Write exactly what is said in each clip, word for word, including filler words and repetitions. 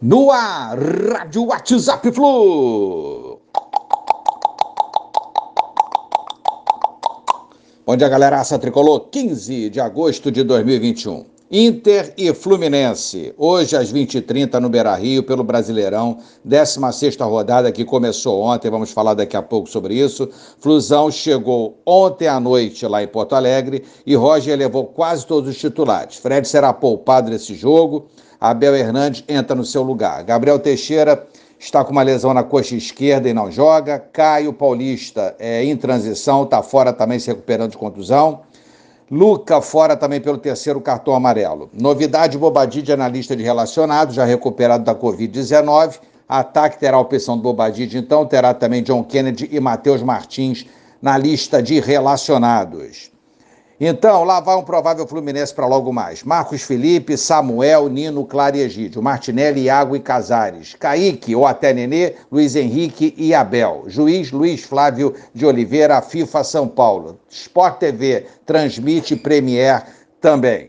No ar, Rádio WhatsApp Flu. Bom dia, galeraça tricolor, quinze de agosto de dois mil e vinte e um. Inter e Fluminense, hoje às vinte e trinta no Beira-Rio, pelo Brasileirão, décima sexta rodada que começou ontem, vamos falar daqui a pouco sobre isso. Flusão chegou ontem à noite lá em Porto Alegre e Roger levou quase todos os titulares. Fred será poupado nesse jogo, Abel Hernandes entra no seu lugar. Gabriel Teixeira está com uma lesão na coxa esquerda e não joga. Caio Paulista é em transição, está fora também se recuperando de contusão. Luca fora também pelo terceiro cartão amarelo. Novidade, Bobadilla de analista de relacionados, já recuperado da covid dezenove. Ataque terá a opção do Bobadilla, então terá também John Kennedy e Matheus Martins na lista de relacionados. Então, lá vai um provável Fluminense para logo mais. Marcos Felipe, Samuel, Nino, Clara e Egídio. Martinelli, Iago e Casares. Kaique, ou até Nenê, Luiz Henrique e Abel. Juiz, Luiz Flávio de Oliveira, FIFA São Paulo. Sport T V transmite Premier também.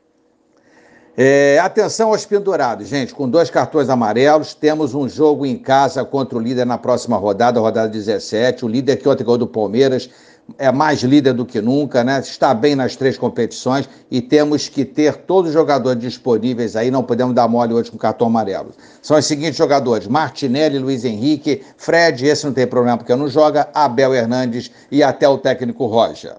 É, atenção aos pendurados, gente, com dois cartões amarelos, temos um jogo em casa contra o líder na próxima rodada, rodada dezessete, o líder que ontem ganhou do Palmeiras, é mais líder do que nunca, né? Está bem nas três competições e temos que ter todos os jogadores disponíveis aí, não podemos dar mole hoje com cartão amarelo. São os seguintes jogadores: Martinelli, Luiz Henrique, Fred, esse não tem problema porque não joga, Abel Hernandes e até o técnico Roger.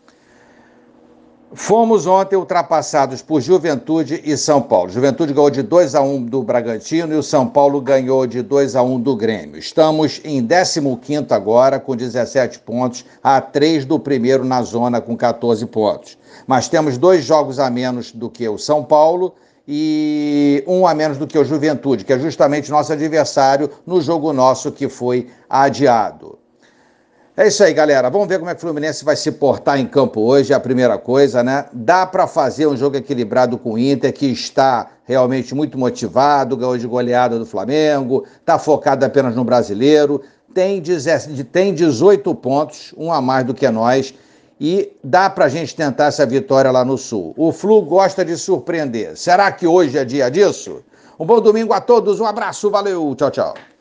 Fomos ontem ultrapassados por Juventude e São Paulo. Juventude ganhou de dois a um do Bragantino e o São Paulo ganhou de dois a um do Grêmio. Estamos em décimo quinto agora, com dezessete pontos, a três do primeiro na zona com catorze pontos. Mas temos dois jogos a menos do que o São Paulo e um a menos do que o Juventude, que é justamente nosso adversário no jogo nosso que foi adiado. É isso aí, galera. Vamos ver como é que o Fluminense vai se portar em campo hoje, é a primeira coisa, né? Dá para fazer um jogo equilibrado com o Inter, que está realmente muito motivado, ganhou de goleada do Flamengo, está focado apenas no brasileiro, tem dezoito pontos, um a mais do que nós, e dá para a gente tentar essa vitória lá no Sul. O Flu gosta de surpreender. Será que hoje é dia disso? Um bom domingo a todos, um abraço, valeu, tchau, tchau.